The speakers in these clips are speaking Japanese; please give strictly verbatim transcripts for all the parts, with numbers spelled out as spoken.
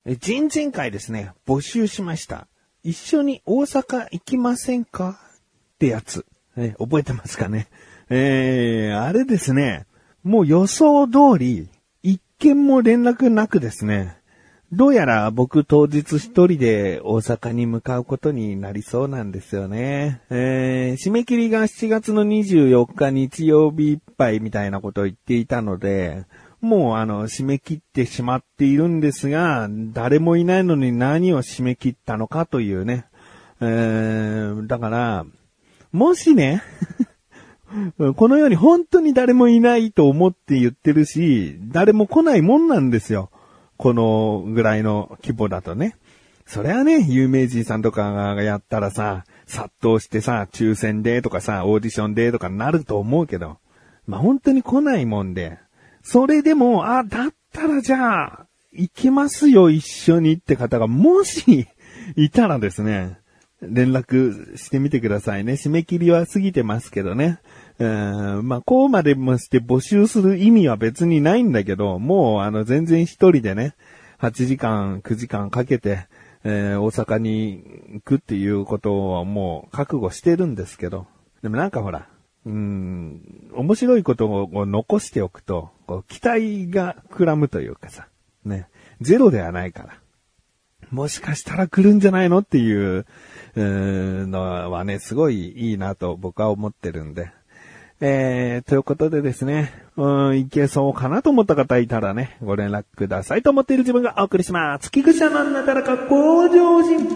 え前々回ですね、募集しました。一緒に大阪行きませんかってやつ。え覚えてますかね。えー、あれですね、もう予想通り、一件も連絡なくですね、どうやら僕当日一人で大阪に向かうことになりそうなんですよね。えー、締め切りがしちがつのにじゅうよっか日曜日いっぱいみたいなことを言っていたので、もうあの、締め切ってしまっているんですが、誰もいないのに何を締め切ったのかというね。えー、だから、もしね、この世に本当に誰もいないと思って言ってるし、誰も来ないもんなんですよ。このぐらいの規模だとね。それはね、有名人さんとかがやったらさ、殺到してさ、抽選でとかさ、オーディションでとかなると思うけど、まあ、本当に来ないもんで、それでも、あ、だったらじゃあ、行きますよ一緒にって方がもしいたらですね、連絡してみてくださいね。締め切りは過ぎてますけどね。うーんまあ、こうまでもして募集する意味は別にないんだけど、もうあの全然一人でね、はちじかん、くじかんかけて、えー、大阪に行くっていうことはもう覚悟してるんですけど、でもなんかほら、うーん、面白いことを残しておくと、こう期待が膨らむというかさ、ね、ゼロではないから。もしかしたら来るんじゃないのっていう、うーのはね、すごいいいなと僕は思ってるんで。えー、ということでですね、うん、いけそうかなと思った方いたらね、ご連絡くださいと思っている自分がお送りします。菊池のなだらか向上心。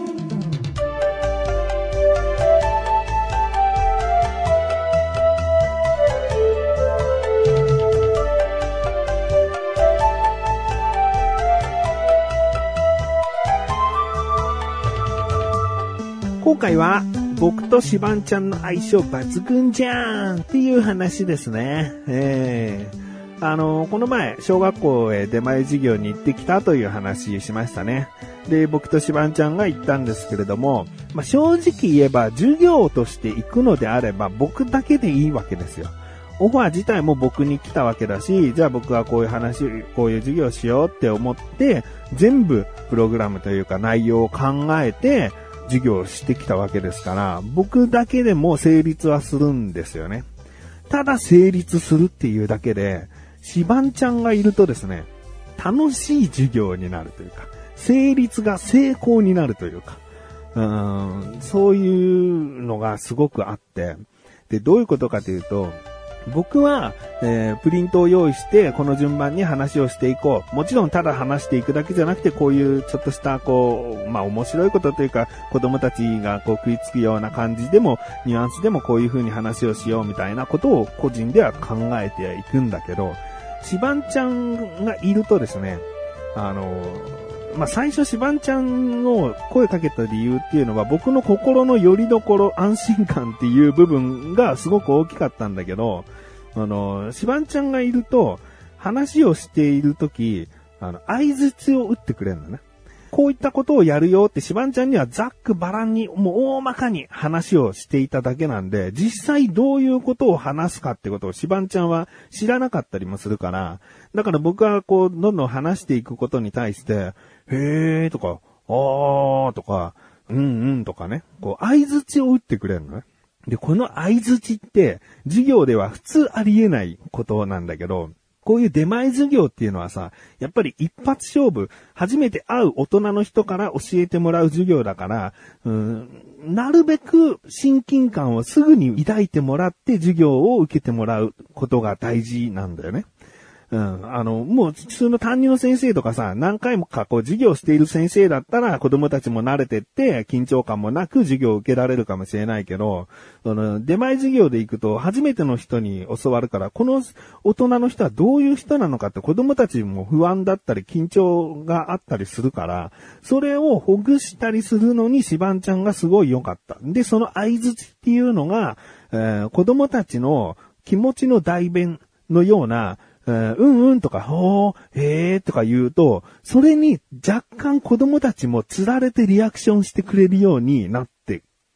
今回は僕とシバンちゃんの相性抜群じゃんっていう話ですね。えー、あのこの前小学校へ出前授業に行ってきたという話しましたね。で僕とシバンちゃんが行ったんですけれども、まあ、正直言えば授業として行くのであれば僕だけでいいわけですよ。オファー自体も僕に来たわけだし、じゃあ僕はこういう話、こういう授業をしようって思って全部プログラムというか内容を考えて授業をしてきたわけですから、僕だけでも成立はするんですよね。ただ成立するっていうだけで、シバンちゃんがいるとですね、楽しい授業になるというか、成立が成功になるというか、うーん、そういうのがすごくあって、で、どういうことかというと、僕は、えー、プリントを用意してこの順番に話をしていこう。もちろんただ話していくだけじゃなくて、こういうちょっとしたこうまあ面白いことというか、子供たちがこう食いつくような感じでもニュアンスでもこういう風に話をしようみたいなことを個人では考えていくんだけど、シバンちゃんがいるとですね、あのまあ最初シバンちゃんを声かけた理由っていうのは、僕の心の拠り所、安心感っていう部分がすごく大きかったんだけど、あのシバンちゃんがいると話をしているとき、あの相槌を打ってくれるんだね。こういったことをやるよってシバンちゃんにはざっくばらんに、もう大まかに話をしていただけなんで、実際どういうことを話すかってことをシバンちゃんは知らなかったりもするから、だから僕はこうどんどん話していくことに対して、へーとか、あーとか、うんうんとかね、こう相槌を打ってくれるのね。で、この相槌って授業では普通ありえないことなんだけど、こういう出前授業っていうのはさ、やっぱり一発勝負、初めて会う大人の人から教えてもらう授業だから、うーん、なるべく親近感をすぐに抱いてもらって授業を受けてもらうことが大事なんだよね。うん、あの、もう普通の担任の先生とかさ、何回もかこう授業している先生だったら子供たちも慣れてって緊張感もなく授業を受けられるかもしれないけど、その出前授業で行くと初めての人に教わるから、この大人の人はどういう人なのかって子供たちも不安だったり緊張があったりするから、それをほぐしたりするのにシバンちゃんがすごい良かった。で、その相槌っていうのが、えー、子供たちの気持ちの代弁のような、うん、うんうんとか、ほー、へーとか言うと、それに若干子供たちも釣られてリアクションしてくれるようになって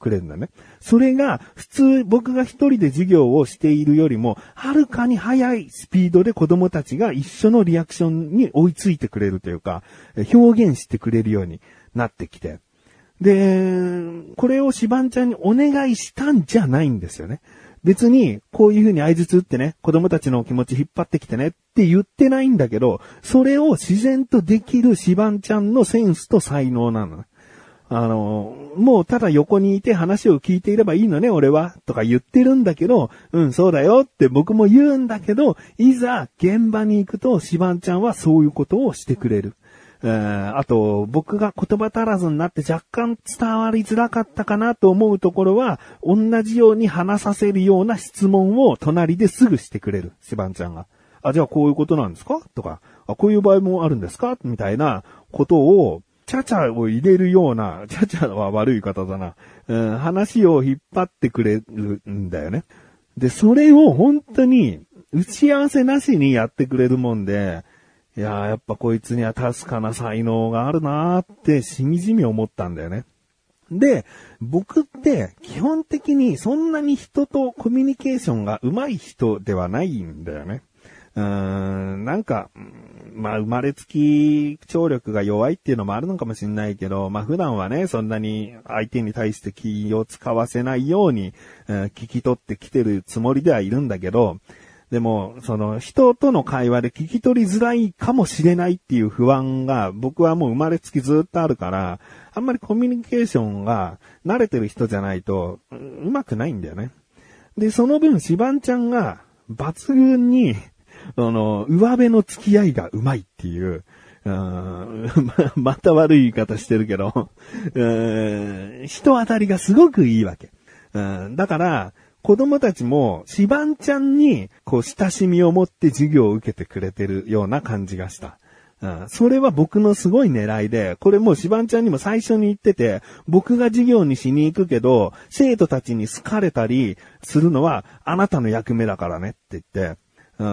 くれるんだね。それが普通僕が一人で授業をしているよりも、はるかに速いスピードで子供たちが一緒のリアクションに追いついてくれるというか、表現してくれるようになってきて。で、これをシバンちゃんにお願いしたんじゃないんですよね。別に、こういう風に相槌打ってね、子供たちの気持ち引っ張ってきてねって言ってないんだけど、それを自然とできるシバンちゃんのセンスと才能なの。あの、もうただ横にいて話を聞いていればいいのね、俺は、とか言ってるんだけど、うん、そうだよって僕も言うんだけど、いざ現場に行くとシバンちゃんはそういうことをしてくれる。えー、あと、僕が言葉足らずになって若干伝わりづらかったかなと思うところは、同じように話させるような質問を隣ですぐしてくれる、シバンちゃんが。あ、じゃあこういうことなんですかとか、あ、こういう場合もあるんですかみたいなことを、ちゃちゃを入れるような、ちゃちゃは悪い方だな、うん、話を引っ張ってくれるんだよね。で、それを本当に打ち合わせなしにやってくれるもんで、いやーやっぱこいつには確かな才能があるなーってしみじみ思ったんだよね。で、僕って基本的にそんなに人とコミュニケーションが上手い人ではないんだよね。うーん、なんか、まあ生まれつき聴力が弱いっていうのもあるのかもしれないけど、まあ普段はね、そんなに相手に対して気を使わせないように、うん、聞き取ってきてるつもりではいるんだけど、でも、その人との会話で聞き取りづらいかもしれないっていう不安が僕はもう生まれつきずっとあるから、あんまりコミュニケーションが慣れてる人じゃないとうまくないんだよね。で、その分シバンちゃんが抜群に、その、上辺の付き合いがうまいっていう、うーんま、また悪い言い方してるけど、うーん人当たりがすごくいいわけ。うんだから、子供たちも、シバンちゃんに、こう、親しみを持って授業を受けてくれてるような感じがした。うん、それは僕のすごい狙いで、これもうシバンちゃんにも最初に言ってて、僕が授業にしに行くけど、生徒たちに好かれたりするのは、あなたの役目だからねって言って、うん、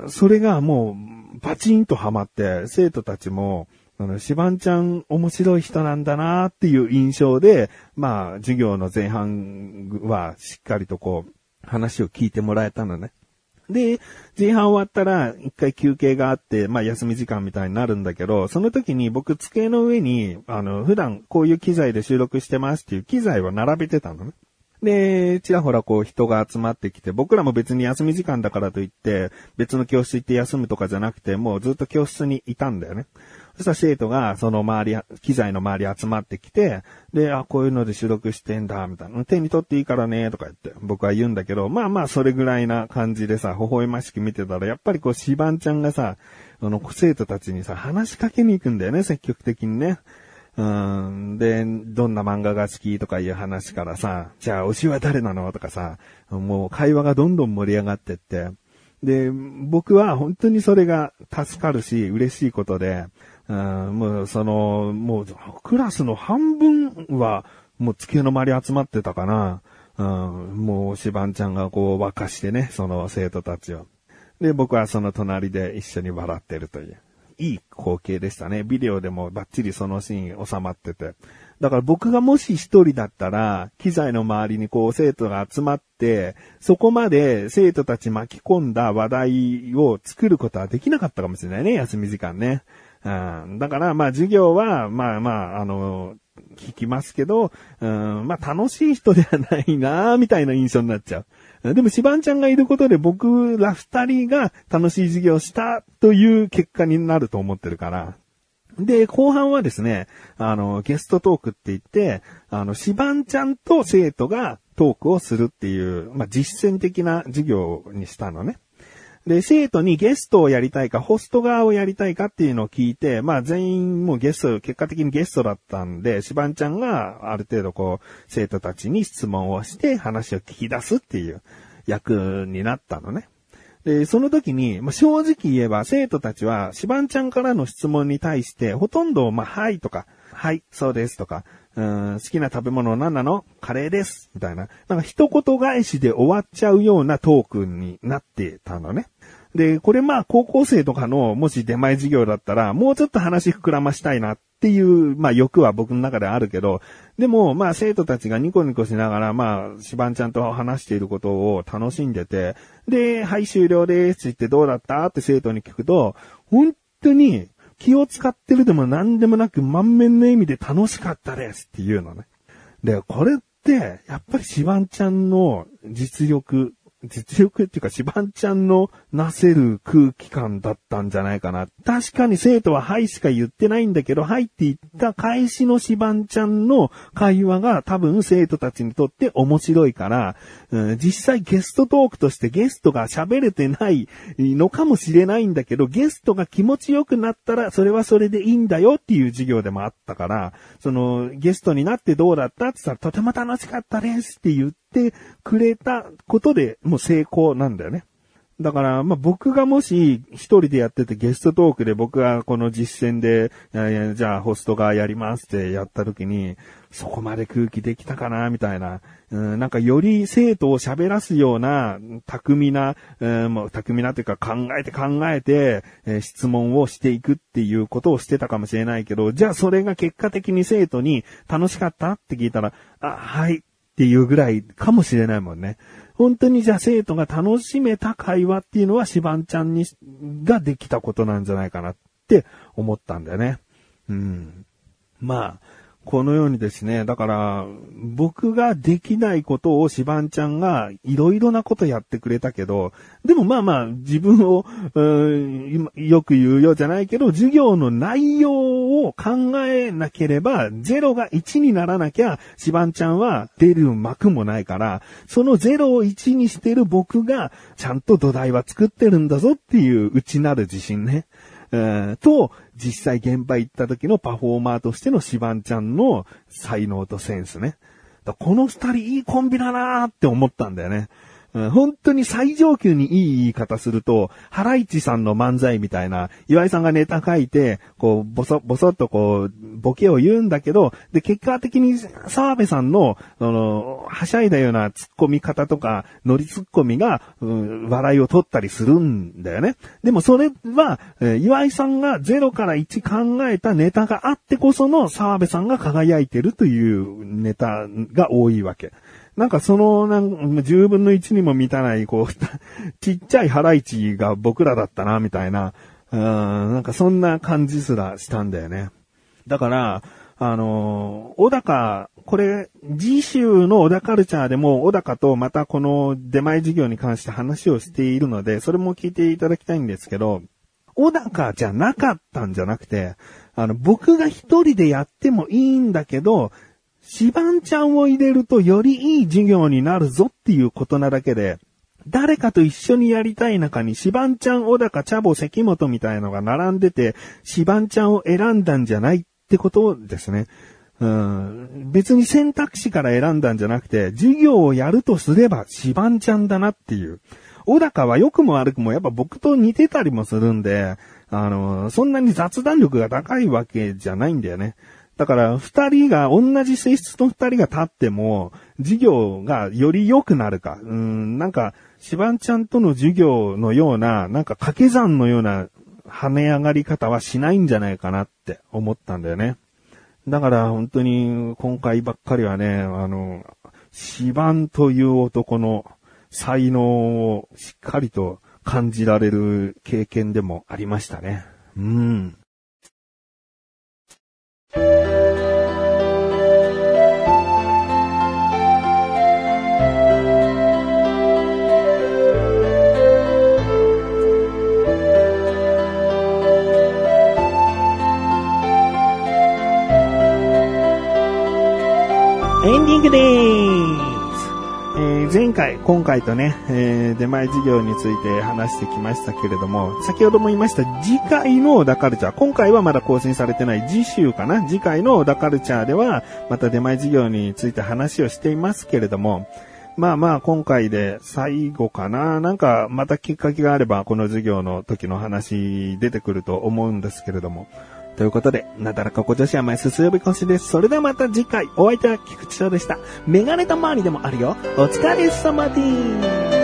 それがもう、バチンとハマって、生徒たちも、あの、シバンちゃん面白い人なんだなっていう印象で、まあ、授業の前半はしっかりとこう、話を聞いてもらえたのね。で、前半終わったら一回休憩があって、まあ休み時間みたいになるんだけど、その時に僕机の上に、あの、普段こういう機材で収録してますっていう機材を並べてたのね。で、ちらほらこう人が集まってきて、僕らも別に休み時間だからといって、別の教室行って休むとかじゃなくて、もうずっと教室にいたんだよね。そしたら生徒がその周り、機材の周り集まってきて、で、あ、こういうので収録してんだ、みたいな。手に取っていいからね、とか言って僕は言うんだけど、まあまあそれぐらいな感じでさ、微笑ましく見てたら、やっぱりこうシバンちゃんがさ、あの生徒たちにさ、話しかけに行くんだよね、積極的にね。うん。で、どんな漫画が好きとかいう話からさ、じゃあ推しは誰なのとかさ、もう会話がどんどん盛り上がってって、で、僕は本当にそれが助かるし、嬉しいことで、うん、もうその、もうクラスの半分はもう机の周り集まってたかな。うん、もうシバンちゃんがこう沸かしてね、その生徒たちを。で、僕はその隣で一緒に笑ってるという。いい光景でしたね。ビデオでもバッチリそのシーン収まってて。だから僕がもし一人だったら、機材の周りにこう生徒が集まって、そこまで生徒たち巻き込んだ話題を作ることはできなかったかもしれないね、休み時間ね。うん、だからまあ授業は、まあまあ、あの、聞きますけど、うん、まあ楽しい人ではないなみたいな印象になっちゃう。でもシバンちゃんがいることで僕ら二人が楽しい授業をしたという結果になると思ってるから。で、後半はですね、あの、ゲストトークって言って、あの、シバンちゃんと生徒がトークをするっていう、まあ実践的な授業にしたのね。で、生徒にゲストをやりたいか、ホスト側をやりたいかっていうのを聞いて、まあ全員もうゲスト、結果的にゲストだったんで、シバンちゃんがある程度こう、生徒たちに質問をして話を聞き出すっていう役になったのね。で、その時に、まあ、正直言えば生徒たちは、シバンちゃんからの質問に対して、ほとんど、まあ、はいとか、はい、そうですとか、うーん好きな食べ物何なの？カレーです。みたいな。なんか一言返しで終わっちゃうようなトークになってたのね。 で、これまあ高校生とかのもし出前授業だったら、もうちょっと話膨らましたいなっていう、まあ欲は僕の中であるけど、でもまあ生徒たちがニコニコしながらまあシバンちゃんと話していることを楽しんでて、で、はい終了ですって言ってどうだったって生徒に聞くと、本当に気を使ってるでも何でもなく満面の意味で楽しかったですっていうのね。で、これって、やっぱりシバンちゃんの実力、実力っていうかシバンちゃんのなせる空気感だったんじゃないかな。確かに生徒ははいしか言ってないんだけど、はいって言った返しのシバンちゃんの会話が多分生徒たちにとって面白いから、うん、実際ゲストトークとしてゲストが喋れてないのかもしれないんだけど、ゲストが気持ちよくなったらそれはそれでいいんだよっていう授業でもあったから、そのゲストになってどうだったって言ったらとても楽しかったですって言っててくれたことでもう成功なんだよね。だから、まあ、僕がもし一人でやっててゲストトークで僕がこの実践で、いやいやじゃあホストがやりますってやった時に、そこまで空気できたかなみたいな、うん、なんかより生徒を喋らすような巧みな、うん、もう巧みなというか考えて考えて、えー、質問をしていくっていうことをしてたかもしれないけど、じゃあそれが結果的に生徒に楽しかったって聞いたら、あ、はい。っていうぐらいかもしれないもんね。本当にじゃあ生徒が楽しめた会話っていうのはシバンちゃんにができたことなんじゃないかなって思ったんだよね。うん。まあ、このようにですね、だから僕ができないことをシバンちゃんがいろいろなことやってくれたけど、でもまあまあ自分をうよく言うようじゃないけど、授業の内容を考えなければゼロがいちにならなきゃシバンちゃんは出る幕もないから、そのゼロをいちにしてる僕がちゃんと土台は作ってるんだぞっていう内なる自信ね。と、実際現場行った時のパフォーマーとしてのシバンちゃんの才能とセンスね。だこの二人いいコンビだなーって思ったんだよね。うん、本当に最上級にいい言い方すると、ハライチさんの漫才みたいな、岩井さんがネタ書いて、こう、ボソ、ボソっとこう、ボケを言うんだけど、で、結果的に澤部さんの、あの、はしゃいだような突っ込み方とか、ノリ突っ込みが、うん、笑いを取ったりするんだよね。でもそれは、えー、岩井さんがゼロからいち考えたネタがあってこその澤部さんが輝いてるというネタが多いわけ。なんかその、なんじゅうぶんのいちにも満たない、こう、ちっちゃいハライチが僕らだったな、みたいな、うん、なんかそんな感じすらしたんだよね。だから、あの、小高、これ、次週の小高カルチャーでも、小高とまたこの出前事業に関して話をしているので、それも聞いていただきたいんですけど、小高じゃなかったんじゃなくて、あの、僕が一人でやってもいいんだけど、シバンちゃんを入れるとよりいい授業になるぞっていうことなだけで、誰かと一緒にやりたい中にシバンちゃん、小高、チャボ、関本みたいのが並んでて、シバンちゃんを選んだんじゃないってことですね。うん、別に選択肢から選んだんじゃなくて、授業をやるとすればシバンちゃんだなっていう。小高は良くも悪くもやっぱ僕と似てたりもするんで、あの、そんなに雑談力が高いわけじゃないんだよね。だから、二人が、同じ性質の二人が立っても、授業がより良くなるか。うーん、なんか、シバンちゃんとの授業のような、なんか掛け算のような跳ね上がり方はしないんじゃないかなって思ったんだよね。だから本当に今回ばっかりはね、あの、シバンという男の才能をしっかりと感じられる経験でもありましたね。うん。エンディングでーす。えー、前回、今回とね、えー、出前事業について話してきましたけれども、先ほども言いました次回の小田カルチャー、今回はまだ更新されてない次週かな、次回の小田カルチャーでは、また出前事業について話をしていますけれども、まあまあ今回で最後かな、なんかまたきっかけがあればこの授業の時の話出てくると思うんですけれども、ということで、なだらかこ女子甘いすすよびこしです。それではまた次回、お相手は菊池翔でした。メガネたまわりでもあるよ。お疲れ様です。